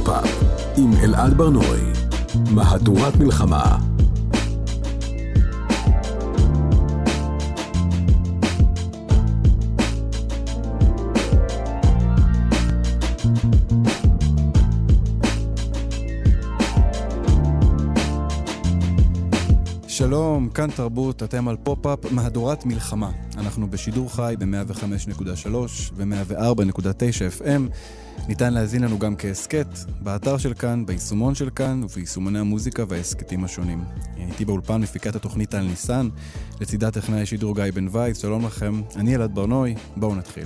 פופ-אפ עם אלעד ברנועי, מהדורת מלחמה. שלום, כאן תרבות, אתם על פופ-אפ, מהדורת מלחמה. אנחנו בשידור חי ב-105.3 ו-104.9 FM. ניתן להזין לנו גם כעסקט, באתר של כאן, ביישומון של כאן וביישומוני המוזיקה והעסקטים השונים. הייתי באולפן מפיקת התוכנית על ניסן, לצידה טכנאי שידור גיא בן וייס. שלום לכם, אני אלעד ברנועי, בואו נתחיל.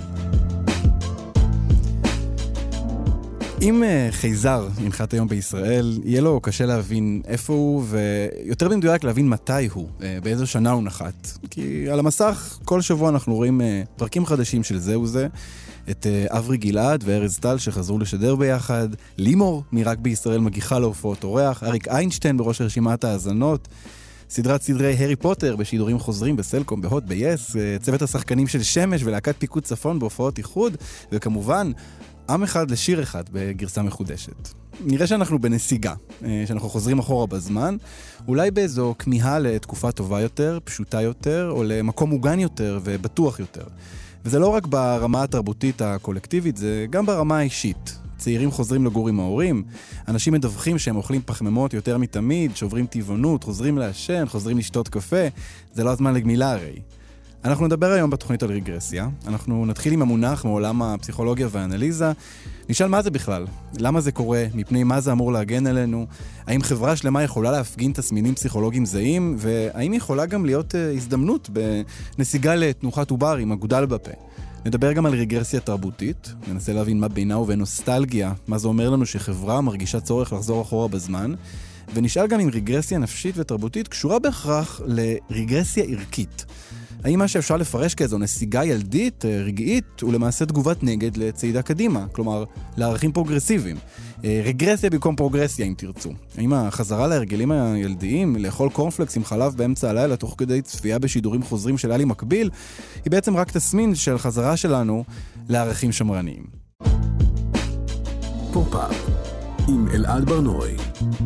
אם חייזר ינחת היום בישראל, יהיה לו קשה להבין איפה הוא, ויותר במדויק להבין מתי הוא, באיזו שנה הוא נחת. כי על המסך כל שבוע אנחנו רואים פרקים חדשים של זהו זה, את אברי גלעד וארז טל שחזרו לשדר ביחד, לימור מרק בישראל מגיחה להופעות אורח, אריק איינשטיין בראש רשימת האזנות, סדרת סדרי הרי פוטר בשידורים חוזרים בסלקום, בהוט, ביס, צוות השחקנים של שמש ולהקת פיקוד צפון בהופעות איחוד, וכמובן עם אחד לשיר אחד בגרסה מחודשת. נראה שאנחנו בנסיגה, שאנחנו חוזרים אחורה בזמן, אולי באיזו כמיהה לתקופה טובה יותר, פשוטה יותר, או למקום מוגן יותר ובטוח יותר. וזה לא רק ברמה התרבותית הקולקטיבית, זה גם ברמה האישית. צעירים חוזרים לגור עם ההורים, אנשים מדווחים שהם אוכלים פחמימות יותר מתמיד, שוברים טבעונות, חוזרים לעשן, חוזרים לשתות קפה. זה לא הזמן לגמילה הרי. אנחנו נדבר היום בתוכנית על רגרסיה. אנחנו נתחיל עם המונח מעולם הפסיכולוגיה והאנליזה. נשאל מה זה בכלל, למה זה קורה, מפני מה זה אמור להגן עלינו, האם חברה שלמה יכולה להפגין תסמינים פסיכולוגיים זהים, והאם יכולה גם להיות הזדמנות בנסיגה לתנוחת עובר עם אגודל בפה. נדבר גם על רגרסיה תרבותית, ננסה להבין מה בינה ובין נוסטלגיה, מה זה אומר לנו שחברה מרגישה צורך לחזור אחורה בזמן, ונשאל גם אם רגרסיה נפשית ותרבותית קשורה בהכרח לרגרסיה ערכית. האם מה שאפשר לפרש כאיזו נסיגה ילדית, רגעית, הוא למעשה תגובת נגד לצעידה קדימה, כלומר, לערכים פרוגרסיביים. רגרסיה במקום פרוגרסיה, אם תרצו. האם החזרה להרגלים הילדיים, לאכול קורנפלקס עם חלב באמצע הלילה, תוך כדי צפייה בשידורים חוזרים של עלי מקביל, היא בעצם רק תסמין של חזרה שלנו לערכים שמרניים. פופ-אפ עם אלעד ברנועי.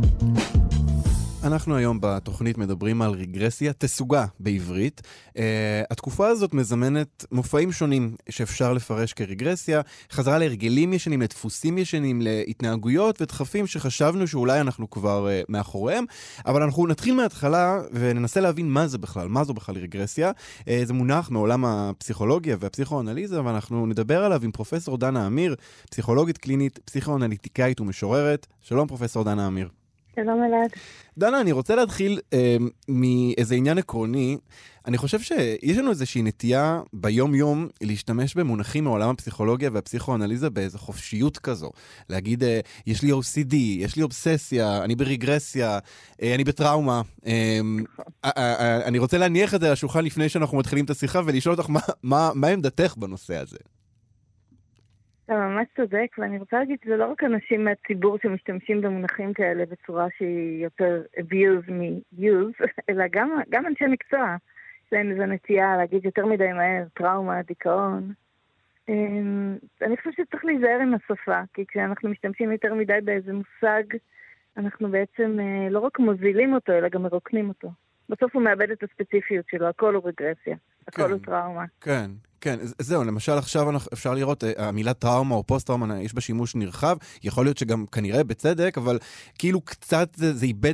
אנחנו היום בתוכנית מדברים על רגרסיה, תסוגה בעברית. התקופה הזאת מזמנת מופעים שונים שאפשר לפרש כרגרסיה, חזרה להרגלים ישנים, לדפוסים ישנים, להתנהגויות ודחפים שחשבנו שאולי אנחנו כבר מאחוריהם, אבל אנחנו נתחיל מההתחלה וננסה להבין מה זה בכלל, מה זו בכלל רגרסיה. זה מונח מעולם הפסיכולוגיה והפסיכואנליזה, ואנחנו נדבר עליו עם פרופסור דנה אמיר, פסיכולוגית קלינית, פסיכואנליטיקאית ומשוררת. שלום פרופסור דנה אמיר. שלום אלעד. דנה, אני רוצה להתחיל מאיזה עניין עקרוני. אני חושב שיש לנו איזושהי נטייה ביום-יום להשתמש במונחים מעולם הפסיכולוגיה והפסיכואנליזה באיזו חופשיות כזו. להגיד, יש לי OCD, יש לי אובססיה, אני ברגרסיה, אני בטראומה. אני רוצה להניח את זה על השולחן לפני שאנחנו מתחילים את השיחה ולשאול אותך מה עמדתך בנושא הזה. אתה ממש צודק, ואני רוצה להגיד שזה לא רק אנשים מהציבור שמשתמשים במונחים כאלה בצורה שהיא יותר abuse מ-use, אלא גם אנשי מקצוע. יש להם איזו נטייה להגיד יותר מדי מהר, טראומה, דיכאון. אני חושבת שצריך להיזהר עם השפה, כי כשאנחנו משתמשים יותר מדי באיזה מושג, אנחנו בעצם לא רק מוזילים אותו, אלא גם מרוקנים אותו. בסוף הוא מאבד את הספציפיות שלו, הכל הוא רגרסיה, הכל הוא טראומה. כן. כן, זהו, למשל עכשיו אפשר לראות, המילה טראומה או פוסט-טראומה, יש בה שימוש נרחב, יכול להיות שגם כנראה בצדק, אבל כאילו קצת זה איבד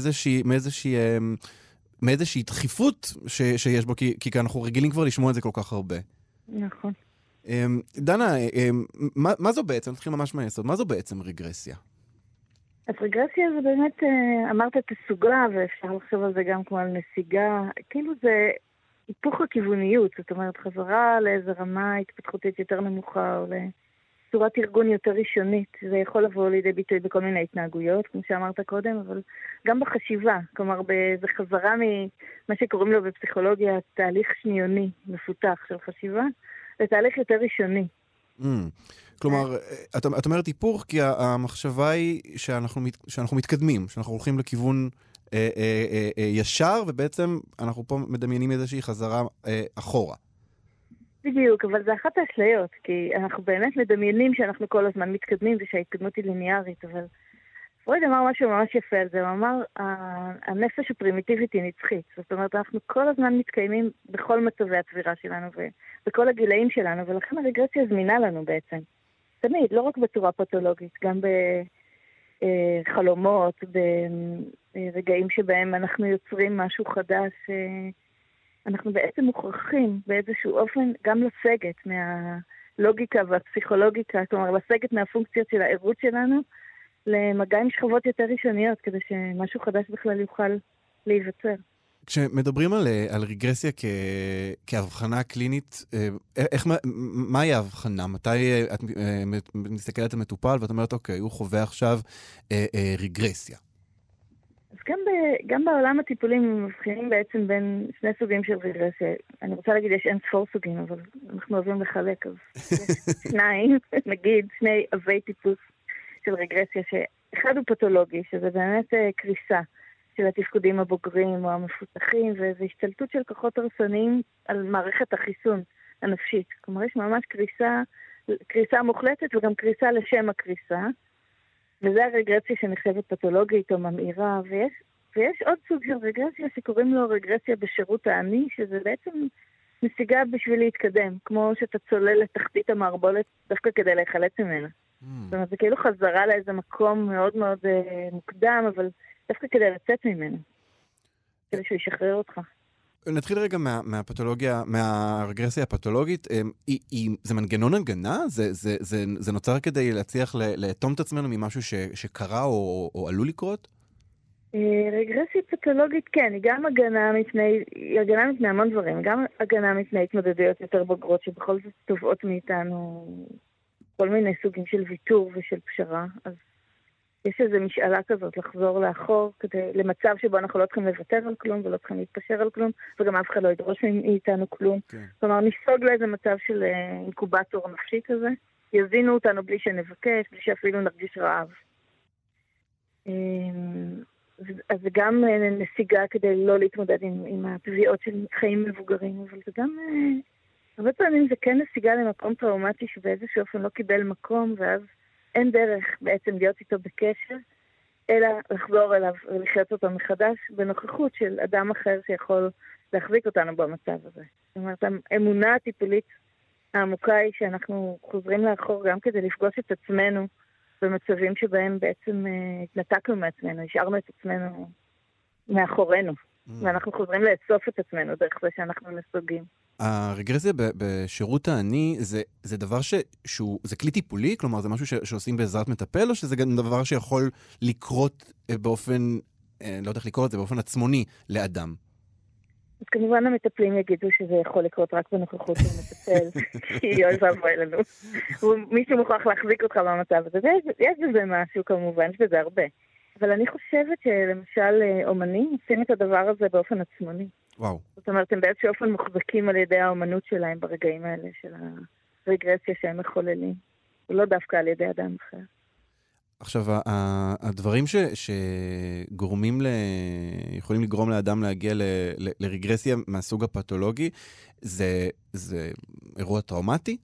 מאיזושהי דחיפות שיש בו, כי אנחנו רגילים כבר לשמוע את זה כל כך הרבה. נכון. דנה, מה זו בעצם, נתחיל ממש מהיסוד, מה זו בעצם רגרסיה? אז רגרסיה זה באמת, אמרת תסוגה, ואפשר לחשוב על זה גם כמו על נסיגה, כאילו זה היפוך הכיווניות, זאת אומרת, חזרה לאיזו רמה התפתחותית יותר נמוכה, או לצורת ארגון יותר ראשונית. זה יכול לבוא לידי ביטוי בכל מיני התנהגויות, כמו שאמרת קודם, אבל גם בחשיבה. כלומר, זה חזרה ממה שקוראים לו בפסיכולוגיה, תהליך שניוני מפותח של חשיבה, לתהליך יותר ראשוני. כלומר, את אומרת היפוך, כי המחשבה היא שאנחנו מתקדמים, שאנחנו הולכים לכיוון ישר, ובעצם אנחנו פה מדמיינים איזושהי חזרה אחורה. בדיוק, אבל זה אחת האשליות, כי אנחנו באמת מדמיינים שאנחנו כל הזמן מתקדמים ושההתקדמות היא ליניארית, אבל פרויד אמר משהו ממש יפה על זה, הוא אמר, הנפש הפרימיטיבית היא נצחית, זאת אומרת, אנחנו כל הזמן מתקיימים בכל מצבי הצבירה שלנו ובכל הגילאים שלנו, ולכן הרגרסיה זמינה לנו בעצם. תמיד, לא רק בצורה פתולוגית, גם בחלומות, ברגעים שבהם אנחנו יוצרים משהו חדש, אנחנו בעצם מוכרחים באיזשהו אופן גם לסגת מהלוגיקה והפסיכולוגיקה, כלומר לסגת מהפונקציות של העירות שלנו, למגע עם שכבות יותר ראשוניות, כדי שמשהו חדש בכלל יוכל להיווצר. כשמדברים על רגרסיה כהבחנה קלינית, מהי ההבחנה? מתי את מסתכלת על מטופל ואת אומרת, אוקיי, הוא חווה עכשיו רגרסיה? אז גם בעולם הטיפולים מבחינים בעצם בין שני סוגים של רגרסיה. אני רוצה להגיד, יש אין ספור סוגים, אבל אנחנו אוהבים לחלק, אז יש שניים, נגיד, שני אבי טיפוס של רגרסיה, שאחד הוא פתולוגי, שזה באמת קריסה של התפקודים הבוגרים או המפותחים, וזו השתלטות של כוחות הרסניים על מערכת החיסון הנפשית. כלומר, יש ממש קריסה מוחלטת וגם קריסה לשם הקריסה, וזה הרגרסיה שנחשבת פתולוגית או ממאירה, ויש עוד סוג של רגרסיה שקוראים לו רגרסיה בשירות העני, שזה בעצם נסיגה בשביל להתקדם, כמו שאתה צולל לתחתית המערבולת דווקא כדי להיחלץ ממנה. זאת אומרת, זה כאילו חזרה לאיזה מקום מאוד מאוד מוקדם, אבל דווקא כדי לצאת ממנו, כדי שהוא ישחרר אותך. נתחיל רגע מהפתולוגיה, מהרגרסיה הפתולוגית. זה מנגנון הגנה? זה נוצר כדי להצליח לאטום את עצמנו ממשהו שקרה או עלול לקרות? רגרסיה פתולוגית, כן, היא גם הגנה מפני המון דברים, גם הגנה מפני התמודדויות יותר בוגרות, שבכל זאת תובעות מאיתנו כל מיני סוגים של ויתור ושל פשרה, אז יש איזו משאלה כזאת לחזור לאחור, למצב שבו אנחנו לא צריכים לוותר על כלום ולא צריכים להתפשר על כלום, וגם אף אחד לא ידרוש מאיתנו כלום. כן. כלומר, נסוג לאיזה מצב של אינקובטור נפשי כזה, יזינו אותנו בלי שנבקש, בלי שאפילו נרגיש רעב. אז זה גם נסיגה כדי לא להתמודד עם התביעות של חיים מבוגרים, אבל זה גם, הרבה פעמים זה כן נסיגה למקום טראומטי שבאיזשהו אופן לא קיבל מקום, ואז אין דרך בעצם להיות איתו בקשר, אלא לחזור אליו ולחיות אותו מחדש בנוכחות של אדם אחר שיכול להחזיק אותנו במצב הזה. זאת אומרת, האמונה הטיפולית העמוקה היא שאנחנו חוזרים לאחור גם כדי לפגוש את עצמנו במצבים שבהם בעצם התנתקנו מעצמנו, השארנו את עצמנו מאחורינו, ואנחנו חוזרים לאסוף את עצמנו דרך זה שאנחנו נסוגים. הרגרסיה בשירות העני זה דבר זה כלי טיפולי? כלומר, זה משהו שעושים בעזרת מטפל, או שזה גם דבר שיכול לקרות באופן, לא יודע איך לקרוא את זה, באופן עצמוני לאדם? אז כמובן המטפלים יגידו שזה יכול לקרות רק בנוכחות של מטפל, כי אוי ואבוי לנו. מישהו מוכרח להחזיק אותך במצב הזה. יש בזה משהו כמובן, יש בזה הרבה. אבל אני חושבת שלמשל אומנים עושים את הדבר הזה באופן עצמוני. וואו. זאת אומרת, הם באיזשהו אופן מוחזקים על ידי האומנות שלהם ברגעים האלה של הרגרסיה שהם מחוללים. ולא דווקא על ידי אדם אחר. עכשיו, הדברים שגורמים יכולים לגרום לאדם להגיע לרגרסיה מהסוג הפתולוגי, זה אירוע טראומטי?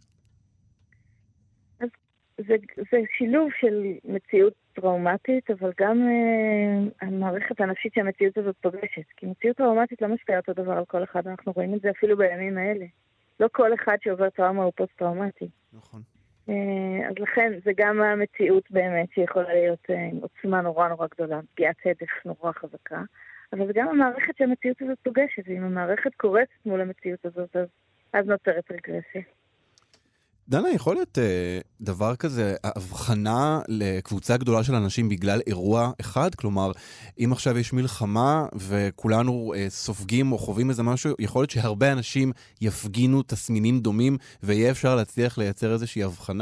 אז זה שילוב של מציאות טראומטית, אבל גם המערכת הנפשית שהמציאות הזאת פוגשת. כי מציאות טראומטית לא משפיעה אותו דבר על כל אחד, אנחנו רואים את זה אפילו בימים האלה. לא כל אחד שעובר טראומה הוא פוסט-טראומטי. נכון. אז לכן זה גם המציאות באמת שיכולה להיות עם עוצמה נורא נורא גדולה, פגיעת הדף נורא חזקה, אבל זה גם המערכת שהמציאות הזאת פוגשת, ואם המערכת קורצת מול המציאות הזאת, אז נוצרת רגרסיה. דנה, יכול להיות דבר כזה, הבחנה לקבוצה גדולה של אנשים בגלל אירוע אחד? כלומר, אם עכשיו יש מלחמה וכולנו סופגים או חווים איזה משהו, יכול להיות שהרבה אנשים יפגינו תסמינים דומים, ויהיה אפשר להצליח לייצר איזושהי הבחנה?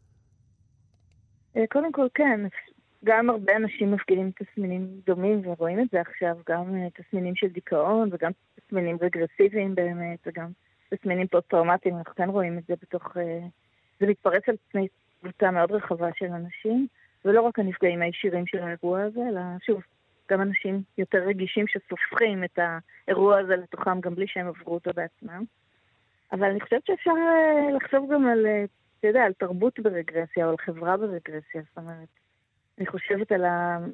קודם כל כן, גם הרבה אנשים מפגינים תסמינים דומים, ורואים את זה עכשיו, גם תסמינים של דיכאון, וגם תסמינים רגרסיביים באמת, וגם תסמינים פוסט-טראומטיים, אנחנו כאן רואים את זה בתוך, זה מתפרץ על פני קבוצה מאוד רחבה של אנשים, ולא רק הנפגעים הישירים של האירוע הזה, אלא שוב, גם אנשים יותר רגישים שסופחים את האירוע הזה לתוכם, גם בלי שהם עברו אותו בעצמם. אבל אני חושבת שאפשר לחשוב גם על, אתה יודע, על תרבות ברגרסיה, או על חברה ברגרסיה. זאת אומרת, אני חושבת על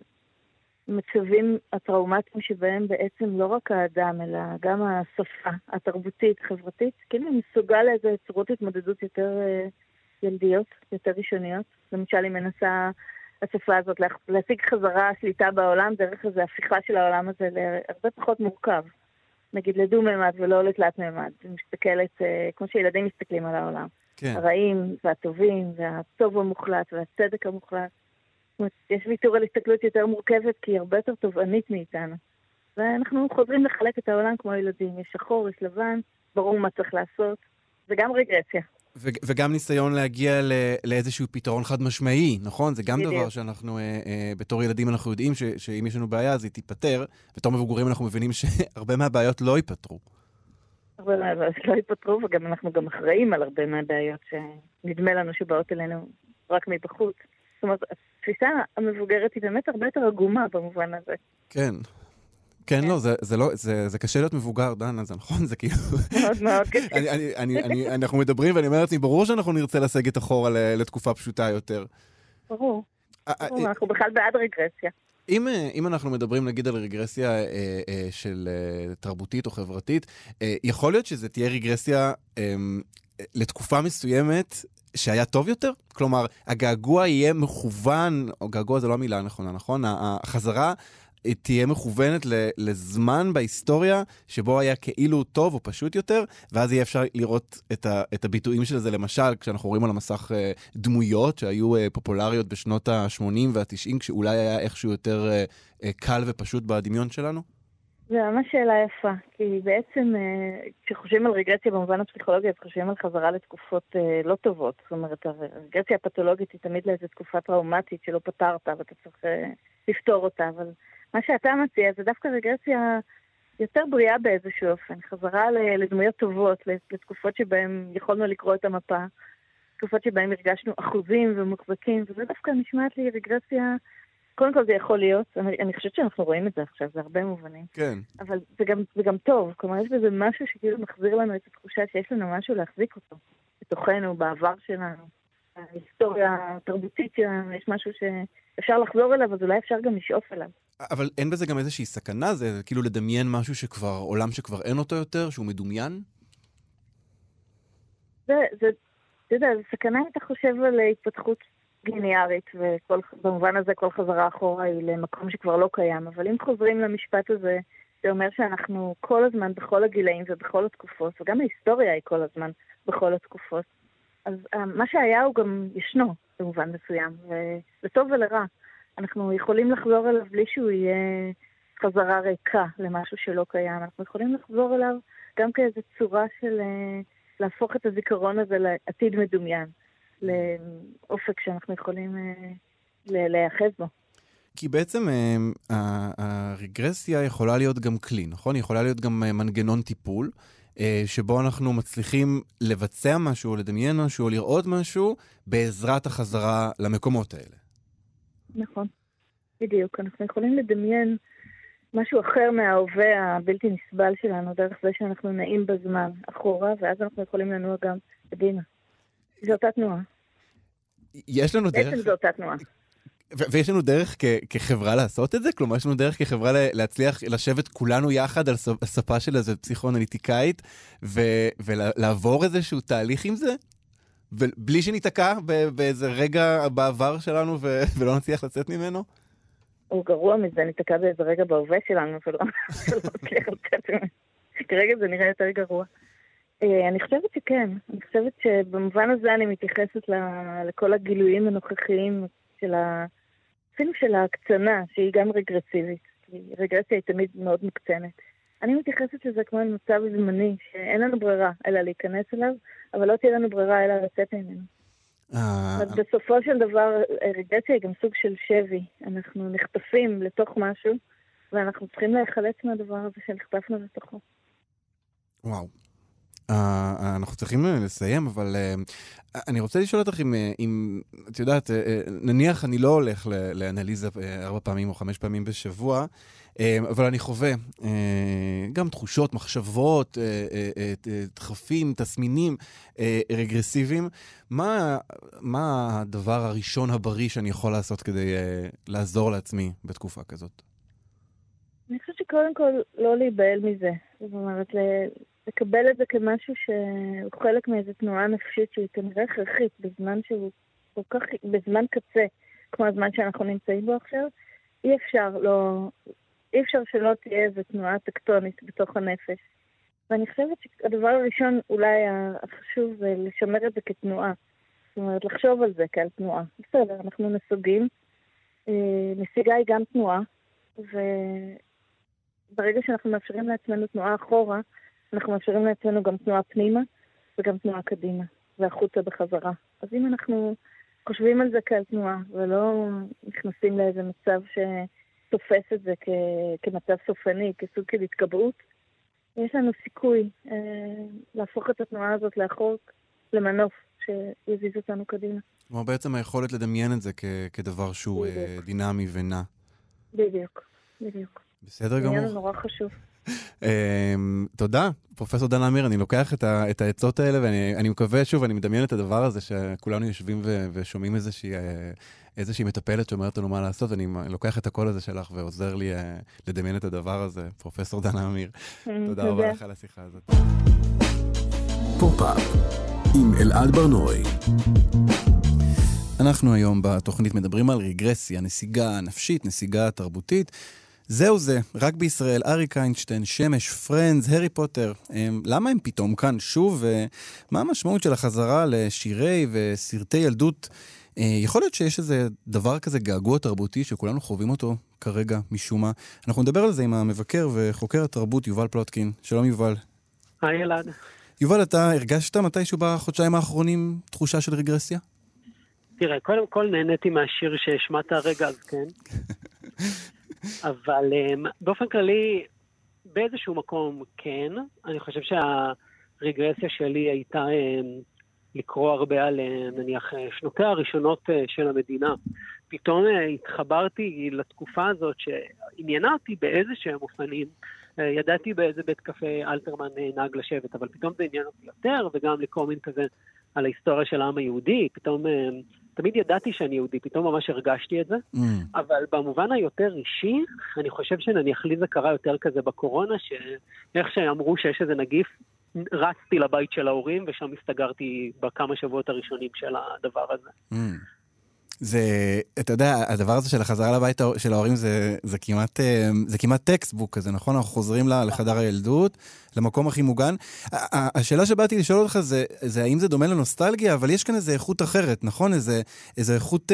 המצבים הטראומטיים שבהם בעצם לא רק האדם, אלא גם השפה התרבותית, חברתית, כאילו מסוגל לאיזה צורות התמודדות יותר ילדיות, יותר ראשוניות. למשל, היא מנסה השפה הזאת להשיג חזרה שליטה בעולם, דרך איזו הפיכה של העולם הזה להרבה פחות מורכב. נגיד לדו-ממד ולא לתלת-ממד. היא מסתכלת, כמו שילדים מסתכלים על העולם. כן. הרעים והטובים, והטוב המוחלט והצדק המוחלט. זאת אומרת, יש ויתור על הסתכלות יותר מורכבת, כי היא הרבה יותר תובענית מאיתנו. ואנחנו חוזרים לחלק את העולם כמו ילדים. יש שחור, יש לבן, ברור מה צריך לעשות. זה גם רגרסיה. וגם ניסיון להגיע לאיזשהו פתרון חד משמעי, נכון? זה גם דבר שאנחנו, בתור ילדים אנחנו יודעים שאם יש לנו בעיה אז היא תיפטר, בתור מבוגרים אנחנו מבינים שהרבה מהבעיות לא ייפטרו. הרבה מהבעיות לא ייפטרו, וגם אנחנו גם אחראים על הרבה מהבעיות שנדמה לנו שבאות אלינו רק מבחוץ. זאת אומרת, התפיסה המבוגרת היא באמת הרבה יותר עגומה במובן הזה. כן. כן, לא, זה קשה להיות מבוגר, דנה, זה נכון, זה כאילו... מאוד מאוד קשה. אנחנו מדברים ואני אומרת לי, ברור שאנחנו נרצה לסגת אחורה לתקופה פשוטה יותר. ברור. אנחנו בכלל בעד רגרסיה. אם אנחנו מדברים נגיד על רגרסיה של תרבותית או חברתית, יכול להיות שזה תהיה רגרסיה לתקופה מסוימת שהיה טוב יותר? כלומר, הגעגוע יהיה מכוון, או געגוע זה לא המילה הנכונה, נכון? החזרה תהיה מכוונת לזמן בהיסטוריה שבו היה כאילו טוב או פשוט יותר, ואז יהיה אפשר לראות את הביטויים של זה, למשל, כשאנחנו רואים על המסך דמויות שהיו פופולריות בשנות ה-80 וה-90, כשאולי היה איכשהו יותר קל ופשוט בדמיון שלנו? זה ממש שאלה יפה, כי בעצם כשחושבים על רגרסיה במובן הפסיכולוגי, אז חושבים על חזרה לתקופות לא טובות. זאת אומרת, הרגרסיה הפתולוגית היא תמיד לאיזו תקופה טראומטית שלא פתרת ואתה צריך לפתור אותה, אבל מה שאתה מציע זה דווקא רגרסיה יותר בריאה באיזשהו אופן, חזרה לדמויות טובות, לתקופות שבהן יכולנו לקרוא את המפה, תקופות שבהן הרגשנו אחוזים ומוחזקים, וזה דווקא נשמעת לי רגרסיה, קודם כל זה יכול להיות, אני חושבת שאנחנו רואים את זה עכשיו, זה הרבה מובנים. כן. אבל זה גם טוב, כלומר יש בזה משהו שכאילו מחזיר לנו את התחושה שיש לנו משהו להחזיק אותו, בתוכנו, בעבר שלנו, ההיסטוריה התרבותית שלנו, יש משהו שאפשר לחזור אליו, אז אולי אפשר גם לשאוף אליו. אבל אין בזה גם איזושהי סכנה? זה כאילו לדמיין משהו שכבר, עולם שכבר אין אותו יותר, שהוא מדומיין? אתה יודע, זה סכנה אם אתה חושב על התפתחות ליניארית, ובמובן הזה כל חזרה אחורה היא למקום שכבר לא קיים, אבל אם חוזרים למשפט הזה, זה אומר שאנחנו כל הזמן בכל הגילאים ובכל התקופות, וגם ההיסטוריה היא כל הזמן בכל התקופות. אז מה שהיה הוא גם ישנו במובן מסוים, ולטוב ולרע. אנחנו יכולים לחזור אליו בלי שהוא יהיה חזרה ריקה למשהו שלא קיים. אנחנו יכולים לחזור אליו גם כאיזו צורה של להפוך את הזיכרון הזה לעתיד מדומיין, לאופק שאנחנו יכולים להיאחז בו. כי בעצם הרגרסיה יכולה להיות גם כלי, נכון? היא יכולה להיות גם מנגנון טיפול, שבו אנחנו מצליחים לבצע משהו, או לדמיין משהו, או לראות משהו, בעזרת החזרה למקומות האלה. נכון, בדיוק. אנחנו יכולים לדמיין משהו אחר מההווה הבלתי נסבל שלנו, דרך זה שאנחנו נעים בזמן אחורה, ואז אנחנו יכולים לנוע גם קדימה. זו אותה תנועה. יש לנו דרך... בעצם זו אותה תנועה. ויש לנו דרך כחברה לעשות את זה? כלומר, יש לנו דרך כחברה להצליח לשבת כולנו יחד על ספה של איזו פסיכואנליטיקאית, ולעבור איזשהו תהליך עם זה? בלי שניתקע באיזה רגע בעבר שלנו ולא נצליח לצאת ממנו? הוא גרוע מזה, ניתקע באיזה רגע בהווה שלנו ולא נצליח לצאת ממנו. כרגע זה נראה יותר גרוע. אני חושבת שכן. אני חושבת שבמובן הזה אני מתייחסת לכל הגילויים הנוכחיים אפילו של ההקצנה, שהיא גם רגרסיבית. רגרסיה היא תמיד מאוד מוקצנת. אני מתייחסת לזה כמו מצב זמני, שאין לנו ברירה אלא להיכנס אליו, אבל לא תהיה לנו ברירה אלא לצאת ממנו. אז בסופו של דבר, רגרסיה היא גם סוג של שבי. אנחנו נחטפים לתוך משהו, ואנחנו צריכים להיחלץ מהדבר הזה שנחטפנו לתוכו. וואו. אנחנו צריכים לסיים, אבל אני רוצה לשאול אותך אם את יודעת, נניח אני לא הולך לאנליזה 4 פעמים או 5 פעמים בשבוע, אבל אני חווה גם תחושות, מחשבות, דחפים, תסמינים רגרסיביים. מה הדבר הראשון הבריא שאני יכול לעשות כדי לעזור לעצמי בתקופה כזאת? אני חושבת שקודם כל לא להיבהל מזה. זאת אומרת, לקבל את זה כמשהו שהוא חלק מאיזו תנועה נפשית שהיא כנראה הכרחית בזמן שהוא כל כך, בזמן קצה, כמו הזמן שאנחנו נמצאים בו עכשיו, אי אפשר שלא תהיה איזו תנועה טקטונית בתוך הנפש. ואני חושבת שהדבר הראשון אולי החשוב זה לשמר את זה כתנועה. זאת אומרת, לחשוב על זה כעל תנועה. בסדר, אנחנו נסוגים. נסיגה היא גם תנועה, וברגע שאנחנו מאפשרים לעצמנו תנועה אחורה, אנחנו מאפשרים לעצמנו גם תנועה פנימה וגם תנועה קדימה, והחוצה בחזרה. אז אם אנחנו חושבים על זה כעל תנועה, ולא נכנסים לאיזה מצב שתופס את זה כמצב סופני, כסוג של התקבעות, יש לנו סיכוי להפוך את התנועה הזאת לאחור למנוף שיזיז אותנו קדימה. כלומר, בעצם היכולת לדמיין את זה כדבר שהוא דינמי ונע. בדיוק. בסדר גמור. זה נורא חשוב. תודה, פרופסור דנה אמיר, אני לוקח את העצות האלה, ואני מקווה, שוב, אני מדמיין את הדבר הזה, שכולנו יושבים ושומעים איזושהי מטפלת שאומרת לנו מה לעשות, ואני לוקח את הקול הזה שלך ועוזר לי לדמיין את הדבר הזה. פרופסור דנה אמיר, תודה רבה לך על השיחה הזאת. פופ-אפ עם אלעד ברנועי. אנחנו היום בתוכנית מדברים על רגרסיה, נסיגה נפשית, נסיגה תרבותית. זהו זה, רק בישראל, אריק איינשטיין, שמש, פרנדס, הרי פוטר. למה הם פתאום כאן שוב? ומה המשמעות של החזרה לשירי וסרטי ילדות? יכול להיות שיש איזה דבר כזה געגוע תרבותי שכולנו חווים אותו כרגע משום מה. אנחנו נדבר על זה עם המבקר וחוקר התרבות יובל פלוטקין. שלום יובל. היי אלעד. יובל, אתה הרגשת מתישהו בחודשיים האחרונים תחושה של רגרסיה? תראה, קודם כל נהניתי מהשיר שהשמעת הרגע, אז כן. אבל באופן כללי, באיזשהו מקום כן. אני חושב שהרגרסיה שלי הייתה לקרוא הרבה על, נניח, שנותיה הראשונות של המדינה. פתאום התחברתי לתקופה הזאת שעניינה אותי באיזשהם אופנים. ידעתי באיזה בית קפה אלתרמן נהג לשבת, אבל פתאום זה עניין אותי יותר, וגם לקרוא מין כזה על ההיסטוריה של העם היהודי. פתאום, תמיד ידעתי שאני יהודי, פתאום ממש הרגשתי את זה. אבל במובן היותר אישי, אני חושב שנניח לי זה קרה יותר כזה בקורונה, שאיך שאמרו שיש איזה נגיף, רצתי לבית של ההורים, ושם הסתגרתי בכמה שבועות הראשונים של הדבר הזה. זה, אתה יודע, הדבר הזה של החזרה לבית של ההורים זה כמעט טקסטבוק כזה, נכון? אנחנו חוזרים לחדר הילדות, למקום הכי מוגן. השאלה שבאתי לשאול אותך זה האם זה דומה לנוסטלגיה, אבל יש כאן איזו איכות אחרת, נכון? איזו איכות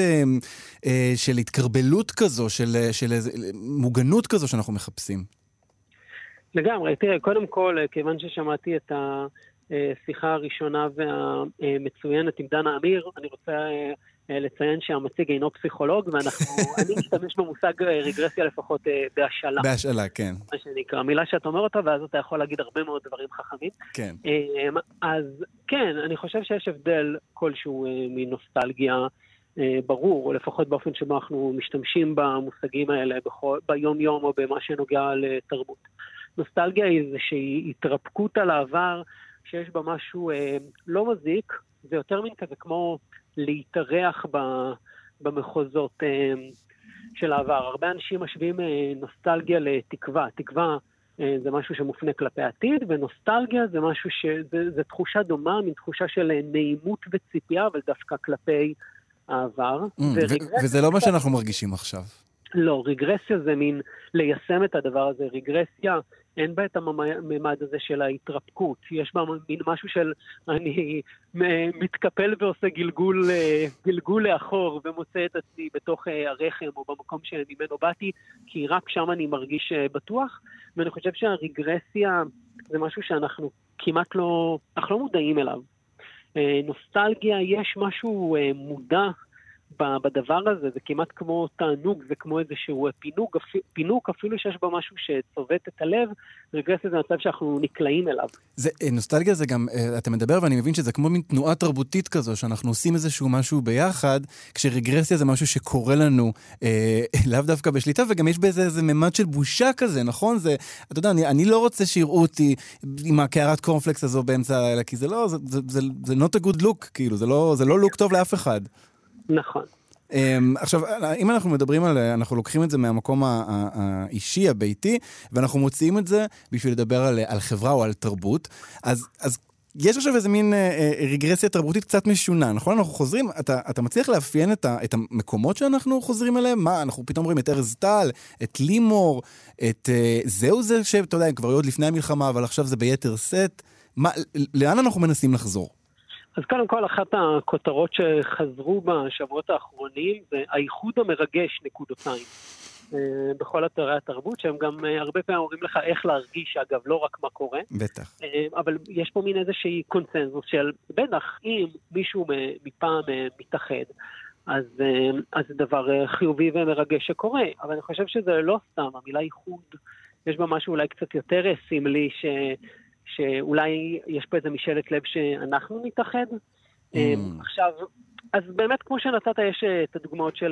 של התקרבלות כזו, של מוגנות כזו שאנחנו מחפשים. לגמרי, תראה, קודם כל, כיוון ששמעתי את השיחה הראשונה והמצוינת עם דנה אמיר, אני רוצה לציין שהמציג אינו פסיכולוג, ואני משתמש במושג רגרסיה לפחות בהשאלה. בהשאלה, כן. מה שנקרא, מילה שאת אומר אותה, ואז אתה יכול להגיד הרבה מאוד דברים חכמים. כן. אז כן, אני חושב שיש הבדל כלשהו מנוסטלגיה ברור, או לפחות באופן שבו אנחנו משתמשים במושגים האלה ביום יום, או במה שנוגע לתרבות. נוסטלגיה היא איזושהי התרפקות על העבר, שיש בה משהו לא מזיק, זה יותר מין כזה כמו להתארח במחוזות של העבר. הרבה אנשים משווים נוסטלגיה לתקווה. תקווה זה משהו שמופנה כלפי העתיד, ונוסטלגיה זה משהו זה תחושה דומה, מין תחושה של נעימות וציפייה, אבל דווקא כלפי העבר. וזה לא מה שאנחנו מרגישים עכשיו. לא, רגרסיה זה מין ליישם את הדבר הזה. רגרסיה, אין בה את הממד הזה של ההתרפקות. יש בה מין משהו של אני מתקפל ועושה גלגול לאחור ומוצא את עצמי בתוך הרחם או במקום שממנו באתי, כי רק שם אני מרגיש בטוח. ואני חושב שהרגרסיה זה משהו שאנחנו כמעט לא מודעים אליו. נוסטלגיה, יש משהו מודע בדבר הזה, זה כמעט כמו תענוג, זה כמו איזשהו פינוק, אפילו שיש בה משהו שצובט את הלב, רגרסיה זה מצב שאנחנו נקלעים אליו. נוסטלגיה זה גם, אתה מדבר ואני מבין שזה כמו מין תנועה תרבותית כזו, שאנחנו עושים איזשהו משהו ביחד, כשרגרסיה זה משהו שקורה לנו, לאו דווקא בשליטה, וגם יש באיזה איזה ממד של בושה כזה, נכון? זה, אתה יודע, אני לא רוצה שיראו אותי עם הקערת קורנפלקס הזו באמצע הלילה, כי זה לא, זה not a good look, כאילו, זה לא לוק טוב לאף אחד. נכון. עכשיו, אם אנחנו מדברים אנחנו לוקחים את זה מהמקום האישי, הביתי, ואנחנו מוציאים את זה בשביל לדבר על חברה או על תרבות, אז יש עכשיו איזה מין רגרסיה תרבותית קצת משונה, נכון? אנחנו חוזרים, אתה מצליח לאפיין את המקומות שאנחנו חוזרים אליהם? מה, אנחנו פתאום רואים את ארז טל, את לימור, את זהו זה שאתה יודע, כבר עוד לפני המלחמה, אבל עכשיו זה ביתר סט. לאן אנחנו מנסים לחזור? אז קודם כל, אחת הכותרות שחזרו בשבועות האחרונים, זה האיחוד המרגש נקודותיים. בכל אתרי התרבות, שהם גם הרבה פעמים אומרים לך איך להרגיש, אגב, לא רק מה קורה. בטח. אבל יש פה מין איזושהי קונצנזוס של, בטח, אם מישהו מפעם מתאחד, אז זה דבר חיובי ומרגש שקורה. אבל אני חושב שזה לא סתם, המילה איחוד, יש בה משהו אולי קצת יותר סמלי, שאולי יש פה איזה משאלת לב שאנחנו נתאחד. עכשיו, אז באמת כמו שנתת, יש את הדוגמאות של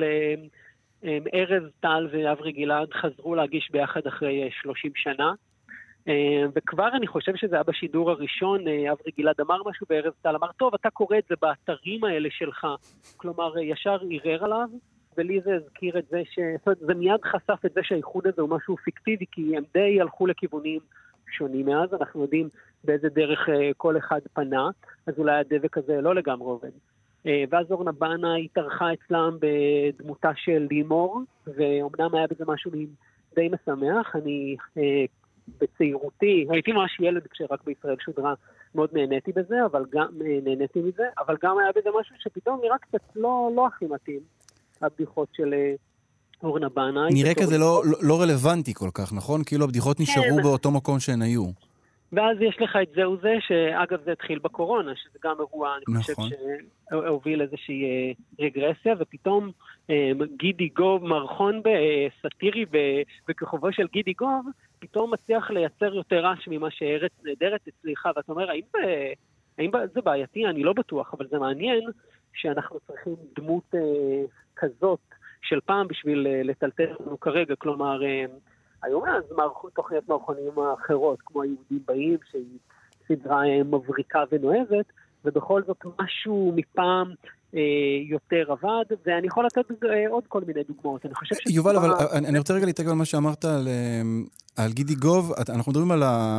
ארז טל ואברי גלעד חזרו להגיש ביחד אחרי 30 שנה, וכבר אני חושב שזה היה בשידור הראשון, אברי גלעד אמר משהו וארז טל אמר, טוב, אתה קורא את זה באתרים האלה שלך, כלומר ישר עירר עליו, ולי זה הזכיר את זה, זה מיד חשף את זה שהאיחוד הזה הוא משהו פיקטיבי, כי הם די הלכו לכיוונים שונים מאז, אנחנו יודעים באיזה דרך כל אחד פנה, אז אולי הדבק הזה לא לגמרי עובד. ואז אורנה בנה התארחה אצלם בדמותה של לימור, ואומנם היה בזה משהו די משמח, אני בצעירותי, הייתי ממש ילד כשרק בישראל שודרה, מאוד נהניתי בזה, אבל גם נהניתי מזה, אבל גם היה בזה משהו שפתאום נראה קצת לא הכי מתאים, הבדיחות של אורנה בנה. נראה כזה לא רלוונטי כל כך, נכון? כאילו הבדיחות נשארו באותו מקום שהן היו. ואז יש לך את זהו זה, שאגב זה התחיל בקורונה, שזה גם אירוע, אני חושב שהוביל איזושהי רגרסיה, ופתאום גידי גוב, מערכון סאטירי בכוכבו של גידי גוב, פתאום מצליח לייצר יותר רעש ממה שארץ נהדרת הצליחה, ואתה אומר, האם זה בעייתי? אני לא בטוח, אבל זה מעניין שאנחנו צריכים דמות כזאת של פעם בשביל לטלטל לנו כרגע, כלומר, היום אז תוכניות מערכונים האחרות, כמו היהודים באים, שהיא סדרה מבריקה ונואבת, ובכל זאת משהו מפעם יותר עבד, ואני יכול לתת עוד כל מיני דוגמאות. יובל, אבל אני רוצה רגע להתעגל על מה שאמרת על גידי גוב, אנחנו מדברים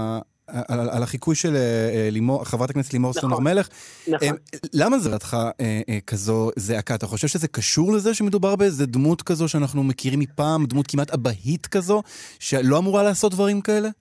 על החיקוי של חברת הכנסת לימור סון הר מלך. למה זה לדעתך כזו זעקה? אתה חושב שזה קשור לזה שמדובר באיזה דמות כזו שאנחנו מכירים מפעם, דמות כמעט אבהית כזו, שלא אמורה לעשות דברים כאלה?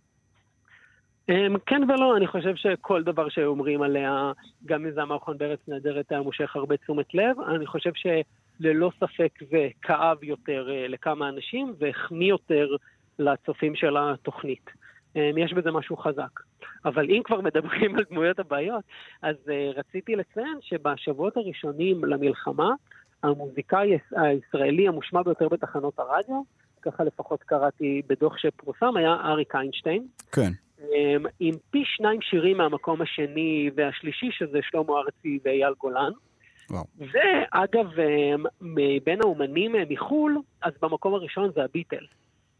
כן ולא, אני חושב שכל דבר שאומרים עליה, גם מזה המערכון בארץ נהדרת היה מושך הרבה תשומת לב, אני חושב שללא ספק זה כאב יותר לכמה אנשים, והחמיא יותר לצופים של התוכנית. יש בזה משהו חזק. אבל אם כבר מדברים על דמויות הבעיות, אז רציתי לציין שבשבועות הראשונים למלחמה, המוזיקאי הישראלי המושמע ביותר בתחנות הרדיו, ככה לפחות קראתי בדוח שפורסם, היה אריק איינשטיין. כן. עם פי 2 שירים מהמקום השני והשלישי, שזה שלמה ארצי ואייל גולן. וואו. ואגב, בין האומנים מחול, אז במקום הראשון זה הביטלס.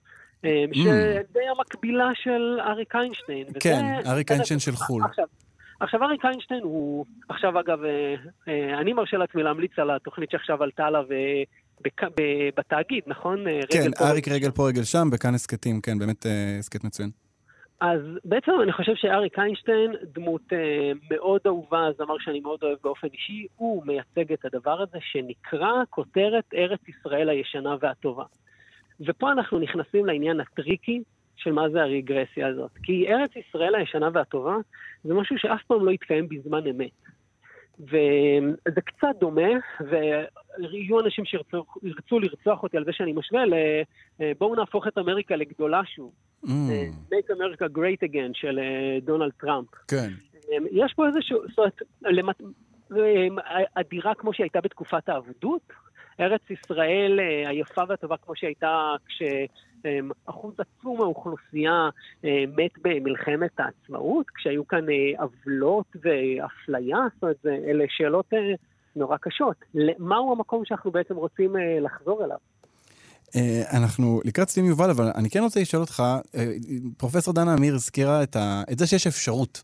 שדי המקבילה של אריק איינשטיין. כן, אריק איינשטיין של חול. עכשיו אריק איינשטיין הוא, עכשיו אגב, אני מרשה לעצמי להמליץ על התוכנית שעכשיו עלתה לה בתאגיד, נכון? כן, אריק רגל פה רגל שם, בכאן הסקטים, כן, באמת הסקט מצוין. אז בעצם אני חושב שאריק איינשטיין, דמות מאוד אהובה, זמר שאני מאוד אוהב באופן אישי, הוא מייצג את הדבר הזה שנקרא כותרת ארץ ישראל הישנה והטובה. ופה אנחנו נכנסים לעניין הטריקי של מה זה הרגרסיה הזאת. כי ארץ ישראל הישנה והטובה זה משהו שאף פעם לא יתקיים בזמן אמת. וזה קצת דומה, ויהיו אנשים שירצו לרצוח אותי על זה שאני משווה, בואו נהפוך את אמריקה לגדולה שוב. Make America Great Again של דונלד טראמפ. כן. יש פה איזשהו, זאת אומרת, אדירה כמו שהייתה בתקופת העבדות, ארץ ישראל היפה והטובה כמו שהייתה כשאחוז עצום מהאוכלוסייה מת במלחמת העצמאות, כשהיו כאן עוולות ואפליה, זאת אומרת, אלה שאלות נורא קשות. מהו המקום שאנחנו בעצם רוצים לחזור אליו? אנחנו לקראת סיום יובל, אבל אני כן רוצה לשאול אותך, פרופסור דנה אמיר הזכירה את זה שיש אפשרות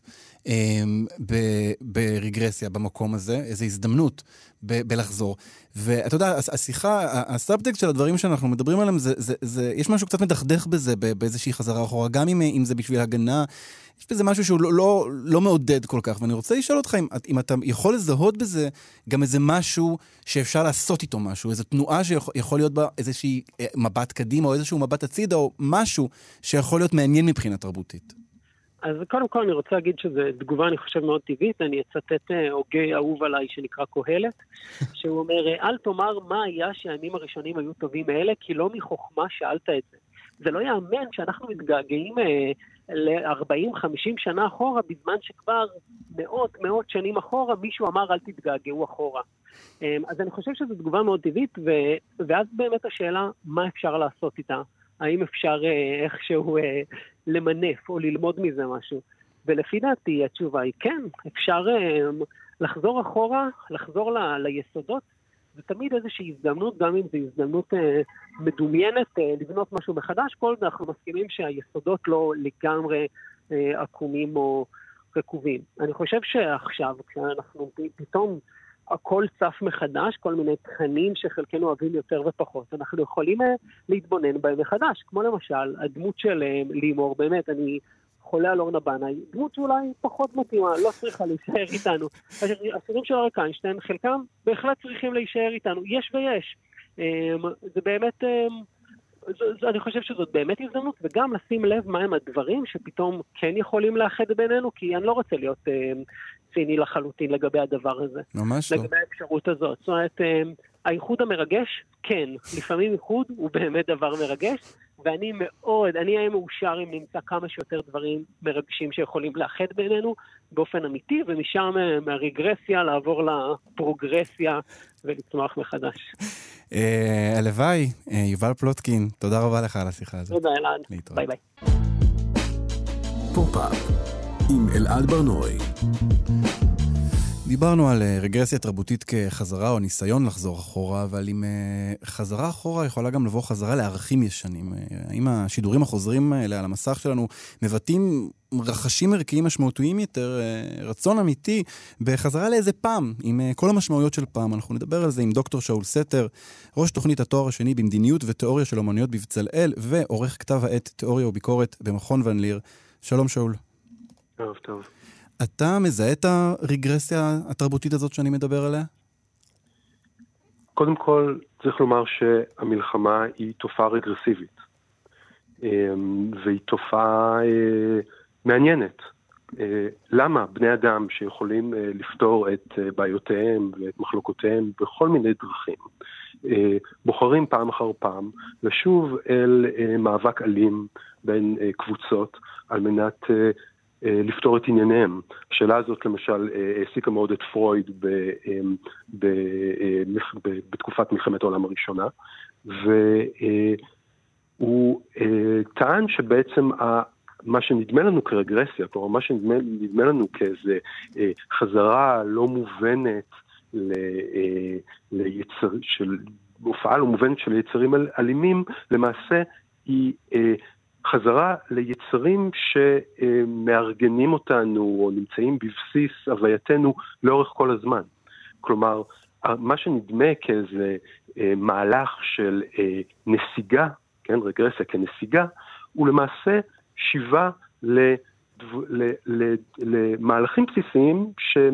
ברגרסיה במקום הזה, איזו הזדמנות בלחזור. ואתה יודע, השיחה, הסאבטקסט של הדברים שאנחנו מדברים עליהם, יש משהו קצת מדכדך בזה, באיזושהי חזרה אחורה, גם אם זה בשביל הגנה, יש בזה משהו שהוא לא מעודד כל כך, ואני רוצה לשאול אותך אם אתה יכול לזהות בזה גם איזה משהו שאפשר לעשות איתו משהו, איזו תנועה שיכול להיות בה איזושהי מבט קדימה, או איזשהו מבט הצידה, או משהו שיכול להיות מעניין מבחינה תרבותית. אז קודם כל אני רוצה להגיד שזו תגובה אני חושב מאוד טבעית, אני אצטט הוגה אהוב עליי שנקרא קהלת, שהוא אומר, אל תאמר מה היה שהימים הראשונים היו טובים מאלה, כי לא מחוכמה שאלת את זה. זה לא יאמן שאנחנו מתגעגעים ל-40-50 שנה אחורה, בזמן שכבר מאות שנים אחורה, מישהו אמר אל תתגעגעו אחורה. אז אני חושב שזו תגובה מאוד טבעית, ואז באמת השאלה, מה אפשר לעשות איתה? האם אפשר איכשהו למנף או ללמוד מזה משהו? ולפי דעתי התשובה היא כן, אפשר לחזור אחורה, לחזור ליסודות, זה תמיד איזושהי הזדמנות, גם אם זו הזדמנות מדומיינת לבנות משהו מחדש, כל זה אנחנו מסכימים שהיסודות לא לגמרי עקומים או רקובים. אני חושב שעכשיו, כשאנחנו פתאום הכל צף מחדש, כל מיני תכנים שחלקנו אוהבים יותר ופחות, אנחנו יכולים להתבונן בהם מחדש, כמו למשל הדמות של לימור, באמת, אני חולה על אורנה בנאי, דמות שאולי פחות מתאימה, לא צריכה להישאר איתנו. השירים של אריק איינשטיין, חלקם בהחלט צריכים להישאר איתנו, יש ויש. זה באמת, אני חושב שזאת באמת הזדמנות, וגם לשים לב מהם הדברים שפתאום כן יכולים לאחד בינינו, כי אני לא רוצה להיות ציני לחלוטין לגבי הדבר הזה. ממש לא. לגבי האפשרות הזאת. זאת אומרת, האיחוד המרגש, כן, לפעמים איחוד הוא באמת דבר מרגש, ואני אהיה מאושר אם נמצא כמה שיותר דברים מרגשים שיכולים לאחד בינינו באופן אמיתי, ומשם מהרגרסיה לעבור לפרוגרסיה ולצמוח מחדש. הלוואי, יובל פלוטקין, תודה רבה לך על השיחה הזאת. תודה אלעד, ביי ביי. פופ-אפ עם אלעד ברנועי. דיברנו על רגרסיה תרבותית כחזרה או ניסיון לחזור אחורה, אבל עם חזרה אחורה יכולה גם לבוא חזרה לערכים ישנים. האם השידורים החוזרים האלה על המסך שלנו מבטאים רחשים ערכיים משמעותיים יותר, רצון אמיתי בחזרה לאיזה פעם, עם כל המשמעויות של פעם. אנחנו נדבר על זה עם דוקטור שאול סתר, ראש תוכנית התואר השני במדיניות ותיאוריה של אומנויות בבצלאל, ועורך כתב העת תיאוריה וביקורת במכון ון ליר. שלום שאול. טוב. אתה מזהה את הרגרסיה התרבותית הזאת שאני מדבר עליה? קודם כל, צריך לומר שהמלחמה היא תופעה רגרסיבית. והיא תופעה מעניינת. למה בני אדם שיכולים לפתור את בעיותיהם ואת מחלוקותיהם בכל מיני דרכים, בוחרים פעם אחר פעם לשוב אל מאבק אלים בין קבוצות על מנת לפתור את ענייניהם. השאלה הזאת למשל העסיקה מאוד את פרויד בתקופת מלחמת העולם הראשונה, והוא טען שבעצם מה שנדמה לנו כרגרסיה, כלומר מה שנדמה לנו כאיזה חזרה לא מובנת הופעה לא מובנת של יצרים אלימים, למעשה היא חזרה ליצרים שמארגנים אותנו או נמצאים בבסיס הווייתנו לאורך כל הזמן. כלומר, מה שנדמה כאיזה מהלך של נסיגה, כן, רגרסיה כנסיגה, הוא למעשה שיבה למהלכים בסיסיים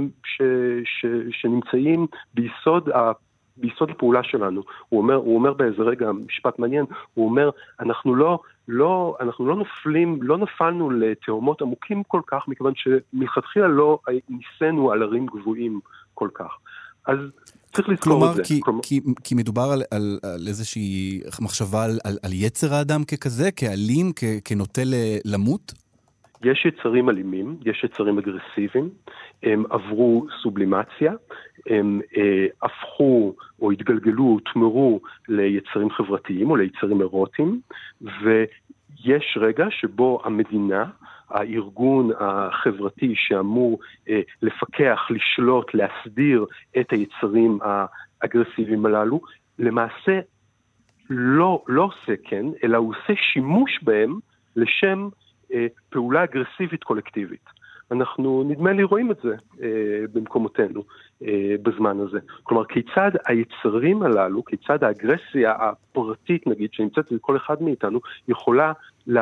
שנמצאים ביסוד הפעולה שלנו. הוא אומר באיזה רגע, משפט מעניין, הוא אומר, אנחנו לא נפלנו לתאומות עמוקים כל כך, מכיוון שמלכתחילה לא ניסינו על ערים גבוהים כל כך. אז צריך לזכור את זה. כלומר, כי מדובר על איזושהי מחשבה על יצר האדם ככזה, כאלים, כנוטה למות? יש יצרים אלימים, יש יצרים אגרסיביים, הם עברו סובלימציה, הם הפכו או התגלגלו, הותמרו ליצרים חברתיים או ליצרים אירוטיים, ויש רגע שבו המדינה, הארגון החברתי שאמור לפקח, לשלוט, להסדיר את היצרים האגרסיביים הללו, למעשה לא עושה כן, אלא הוא עושה שימוש בהם לשם פעולה אגרסיבית קולקטיבית. אנחנו נדמה לי רואים את זה במקומותינו בזמן הזה. כלומר, כיצד היצרים הללו, כיצד האגרסיה הפרטית, נגיד, שנמצאת בכל אחד מאיתנו, יכולה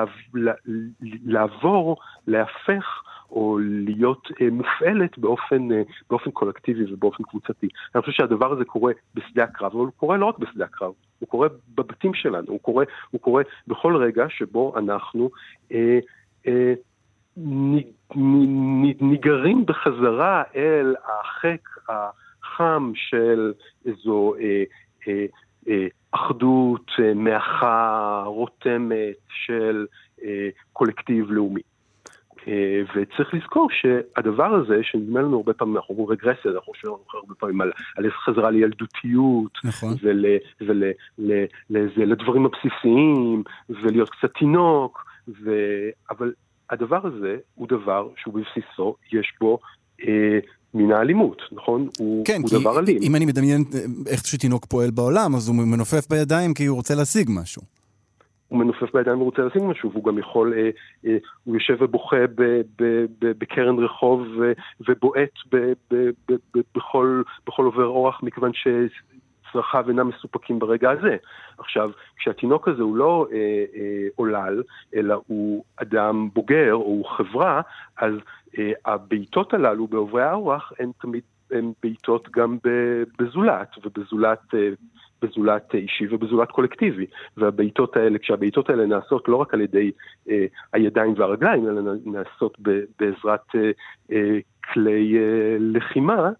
לעבור, להפך, או להיות מופעלת באופן קולקטיבי ובאופן קבוצתי. אני חושב שהדבר הזה קורה בשדה הקרב, אבל הוא קורה לא רק בשדה הקרב, הוא קורה בבתים שלנו, הוא קורה בכל רגע שבו אנחנו ניגרים בחזרה אל החק החם של איזו אחדות, מאחה, רותמת של קולקטיב לאומי. וצריך לזכור שהדבר הזה, שנדמה לנו הרבה פעמים, אנחנו אומרים רגרסיה, אנחנו חושבים הרבה פעמים על חזרה לילדותיות, נכון. ולדברים הבסיסיים, ולהיות קצת תינוק, אבל הדבר הזה הוא דבר שהוא בבסיסו, יש בו מן האלימות, נכון? כן, הוא דבר אלים. אם אני מדמיין איך שתינוק פועל בעולם, אז הוא מנופף בידיים כי הוא רוצה להשיג משהו. הוא מנופף בידיים ורוצה להשיג משהו, והוא גם יכול, הוא יושב ובוכה בקרן רחוב ובועט בכל עובר אורח, מכיוון שצרכיו אינם מסופקים ברגע הזה. עכשיו, כשהתינוק הזה הוא לא עולל, אלא הוא אדם בוגר או הוא חברה, אז הבעיטות הללו בעוברי האורח הן תמיד הן בעיטות גם בזולת, בזולת אישי ובזולת קולקטיבי. והבעיטות האלה, כשהבעיטות האלה נעשות לא רק על ידי הידיים והרגליים, אלא נעשות בעזרת כלי לחימה,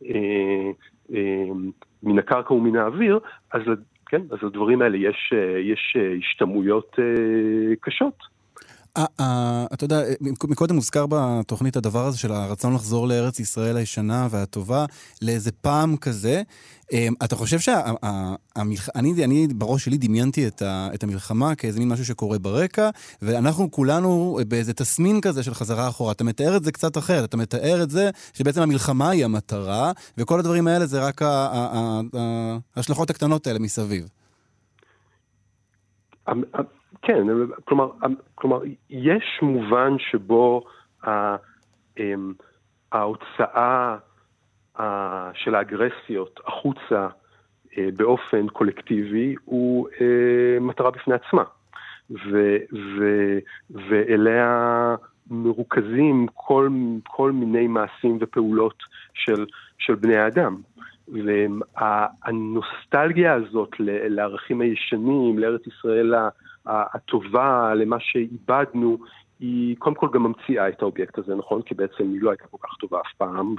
מן הקרקע ומן האוויר, אז כן, אז לדברים האלה יש השתמעויות קשות. אתה יודע, מקודם מוזכר בתוכנית הדבר הזה של הרצון לחזור לארץ ישראל הישנה והטובה, לאיזה פעם כזה. אתה חושב אני בראש שלי דמיינתי את המלחמה כאיזה מין משהו שקורה ברקע, ואנחנו כולנו באיזה תסמין כזה של חזרה אחורה. אתה מתאר את זה קצת אחרת, אתה מתאר את זה שבעצם המלחמה היא המטרה, וכל הדברים האלה זה רק ההשלכות הקטנות האלה מסביב. כן, כלומר, יש מובן שבו ההוצאה של האגרסיות החוצה באופן קולקטיבי הוא מטרה בפני עצמה, ואליה מרוכזים כל מיני מעשים ופעולות של בני האדם. והנוסטלגיה הזאת לערכים הישנים, לארץ ישראל הטובה, למה שאיבדנו, היא קודם כל גם ממציאה את האובייקט הזה, נכון? כי בעצם היא לא הייתה כל כך טובה אף פעם,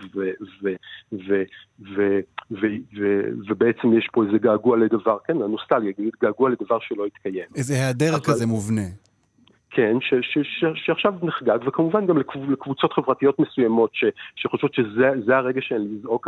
ובעצם יש פה איזה געגוע לדבר, כן, הנוסטלגיה, געגוע לדבר שלא התקיים. איזה היעדר כזה מובנה. כן, שעכשיו נחגג, וכמובן גם לקבוצות חברתיות מסוימות שחושבות שזה הרגע שהן לזעוק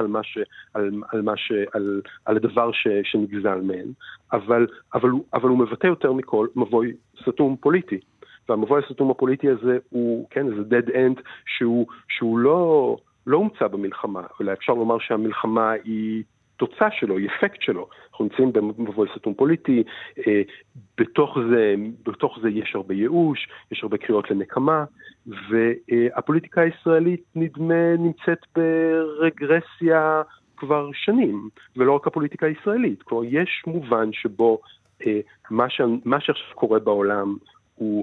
על הדבר שנגזל מהן, אבל הוא מבטא יותר מכל מבוי סתום פוליטי. והמבוי הסתום הפוליטי הזה הוא, כן, זה dead end שהוא לא הומצא במלחמה, אלא אפשר לומר שהמלחמה היא תוצאה שלו, היא אפקט שלו. אנחנו נמצאים במבוי סתום פוליטי, בתוך זה יש הרבה ייאוש, יש הרבה קריאות לנקמה, והפוליטיקה הישראלית נמצאת ברגרסיה כבר שנים, ולא רק הפוליטיקה הישראלית. כלומר, יש מובן שבו מה שעכשיו קורה בעולם הוא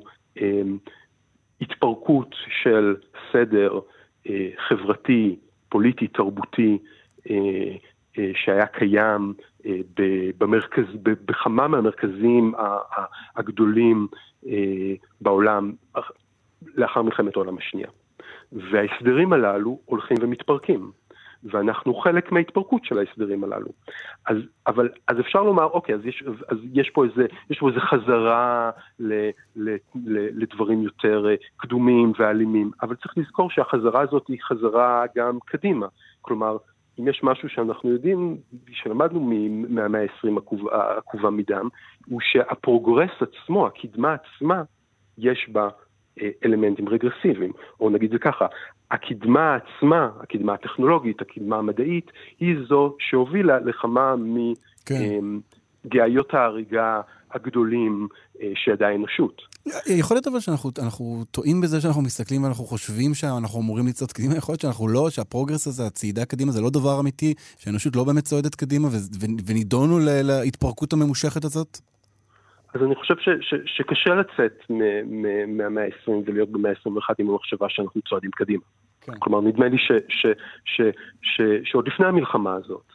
התפרקות של סדר חברתי, פוליטי, תרבותי, שהיה קיים בכמה מהמרכזים הגדולים בעולם לאחר מלחמת העולם השנייה. וההסדרים הללו הולכים ומתפרקים. ואנחנו חלק מההתפרקות של ההסדרים הללו. אז אפשר לומר, אוקיי, אז יש פה איזה חזרה לדברים יותר קדומים ואלימים, אבל צריך לזכור שהחזרה הזאת היא חזרה גם קדימה. כלומר, אם יש משהו שאנחנו יודעים, שלמדנו מהמאה ה-20 עקובה מדם, הוא שהפרוגרס עצמו, הקדמה עצמה, יש בה אלמנטים רגרסיביים, או נגיד זה ככה, הקדמה עצמה, הקדמה הטכנולוגית, הקדמה המדעית, היא זו שהובילה לכמה מגאיות ההריגה הגדולים שידעה האנושות. יכול להיות אבל שאנחנו טועים בזה שאנחנו מסתכלים ואנחנו חושבים שאנחנו אמורים לצעוד קדימה, יכול להיות שאנחנו לא, שהפרוגרס הזה, הצעידה קדימה, זה לא דבר אמיתי, שהאנושות לא באמת צועדת קדימה ונידונו להתפרקות הממושכת הזאת? אז אני חושב שקשה לצאת מהמאה ה-20 ולהיות במאה ה-21 עם המחשבה שאנחנו צועדים קדימה. כן. כלומר, נדמה לי שעוד לפני המלחמה הזאת,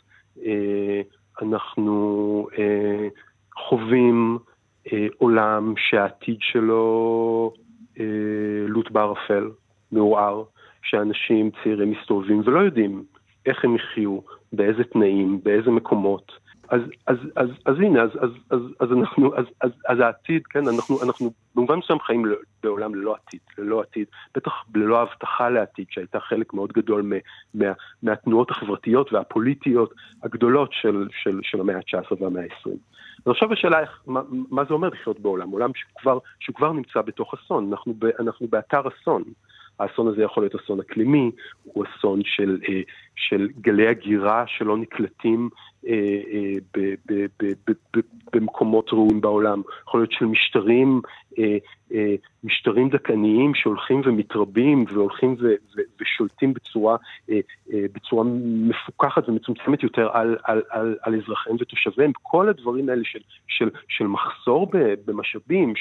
אנחנו חווים עולם שהעתיד שלו לוט בערפל, מעורער, שאנשים צעירים מסתובבים ולא יודעים איך הם יחיו, באיזה תנאים, באיזה מקומות. אז הנה, אז העתיד, כן, אנחנו במובן מסוים חיים בעולם ללא עתיד, בטח ללא הבטחה לעתיד, שהייתה חלק מאוד גדול מהתנועות החברתיות והפוליטיות הגדולות של המאה ה-19 והמאה ה-20. אז עכשיו השאלה מה זה אומר לחיות בעולם, עולם שכבר נמצא בתוך אסון, אנחנו באתר אסון. האסון הזה יכול להיות אסון אקלימי, הוא אסון של גלי הגירה שלא נקלטים במקומות ראויים בעולם, יכול להיות של משטרים דכאניים שהולכים ומתרבים והולכים ושולטים בצורה מפוקחת ומצומצמת יותר על אזרחיהם ותושביהם. כל הדברים האלה של מחסור במשאבים,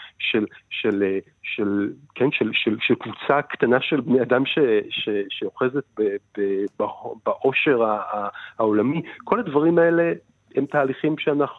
של קבוצה קטנה של בני אדם שאוחזת בעושר העולמי, כל הדברים האלה הם תהליכים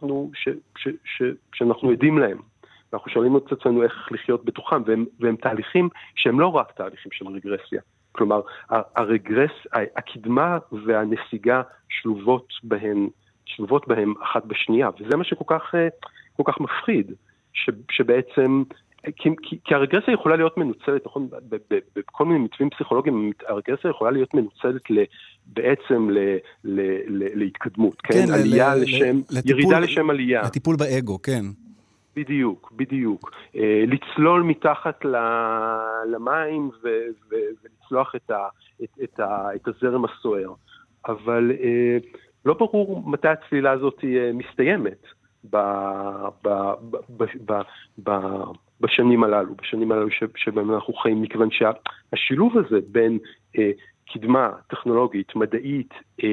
שאנחנו עדים להם. אנחנו שואלים את עצמנו איך לחיות בתוכם, והם תהליכים שהם לא רק תהליכים של רגרסיה. כלומר, הקדמה והנסיגה שלובות בהם אחת בשנייה, וזה מה שכל כך מפחיד, שבעצם, כי הרגרסיה יכולה להיות מנוצלת, נכון, בכל מיני מתווים פסיכולוגיים, הרגרסיה יכולה להיות מנוצלת בעצם להתקדמות, כן? עלייה לשם, ירידה לשם עלייה. לטיפול באגו, כן. בדיוק. לצלול מתחת למים ולצלוח את הזרם הסוער. אבל לא ברור מתי הצלילה הזאת מסתיימת בשנים הללו שבהם אנחנו חיים, מכיוון שהשילוב הזה בין קדמה טכנולוגית, מדעית,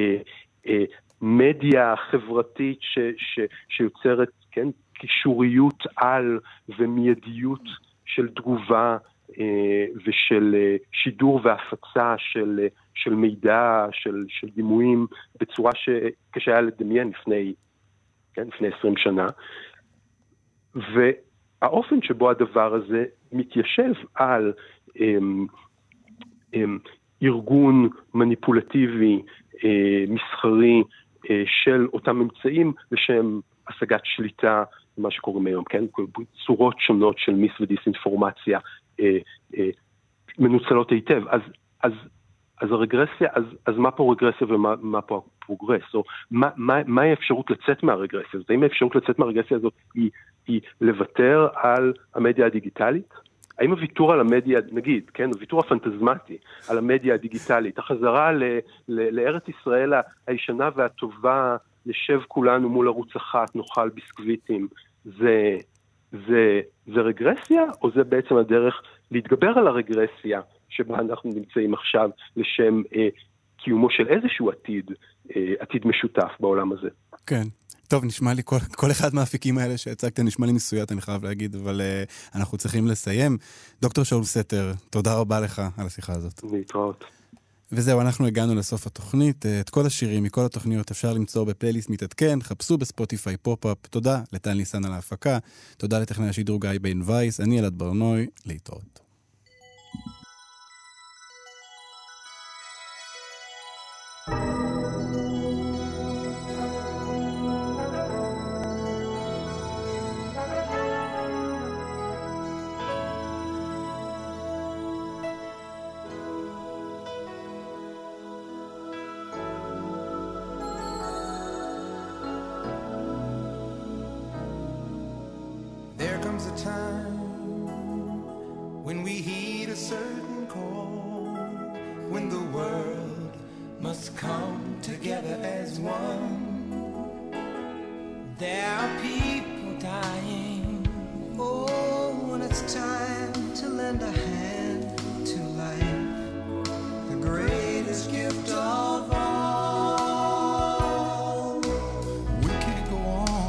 מדיה חברתית שיוצרת, כן, קישוריות על ומיידיות של תגובה ושל שידור והפצה של מידע, של דימויים, בצורה שקשה היה לדמיין לפני 20 שנה. והאופן שבו הדבר הזה מתיישב על ארגון מניפולטיבי, מסחרי, של אותם אמצעים לשם השגת שליטה, מה שקוראים היום, כן? צורות שונות של מיס ודיסאינפורמציה מנוצלות היטב. אז הרגרסיה, אז מה פה רגרסיה ומה פה הפרוגרס? או מהי האפשרות לצאת מהרגרסיה הזאת? האם האפשרות לצאת מהרגרסיה הזאת היא לוותר על המדיה הדיגיטלית? האם הוויתור על המדיה, נגיד, כן, הוויתור הפנטזמטי על המדיה הדיגיטלית, החזרה לארץ ישראל הישנה והטובה, נשב כולנו מול ערוץ אחת, נאכל ביסקוויטים, זה רגרסיה, או זה בעצם הדרך להתגבר על הרגרסיה שבה אנחנו נמצאים עכשיו לשם קיומו של איזשהו עתיד משותף בעולם הזה? כן. טוב, נשמע לי, כל אחד מהאפיקים האלה שהצגת נשמע לי מסוית, אני חייב להגיד, אבל אנחנו צריכים לסיים. דוקטור שאול סתר, תודה רבה לך על השיחה הזאת. להתראות. וזהו, אנחנו הגענו לסוף התוכנית. את כל השירים מכל התוכניות אפשר למצוא בפלייליסט מתעדכן, חפשו בספוטיפיי פופ-אפ. תודה לטל ניסן על ההפקה, תודה לטכנאי השידור גיא בן וייס, אני אלעד ברנוי, להתראות. There comes a time when we heed a certain call, when the world must come together as one. There are people dying. Oh, when it's time to lend a hand to life, the greatest gift of all. We can't go on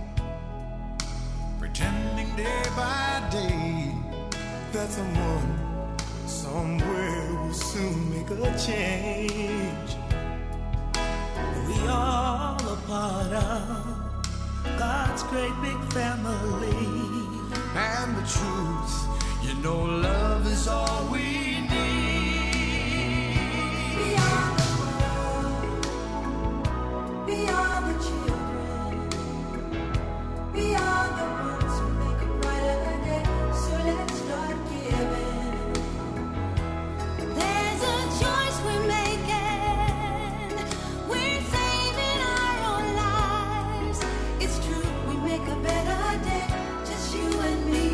pretending day by day that someone somewhere will soon make a change. We all a part of God's great big family. And the truth, you know, love is all we need. Beyond the world, beyond the children, beyond the ones who make a brighter day. So let's start giving. There's a choice we're making. We're saving our own lives. It's true, we make a better day, just you and me.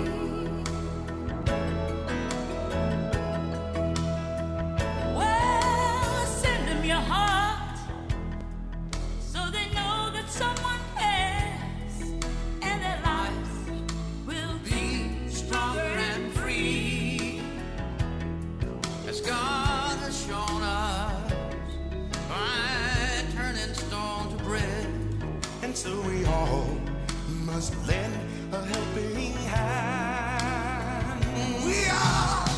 Well, send them your heart so they know that someone cares, and their lives will be Stronger and free, as God has shown us by turning stone to bread. And so we all must lend a helping hand. We are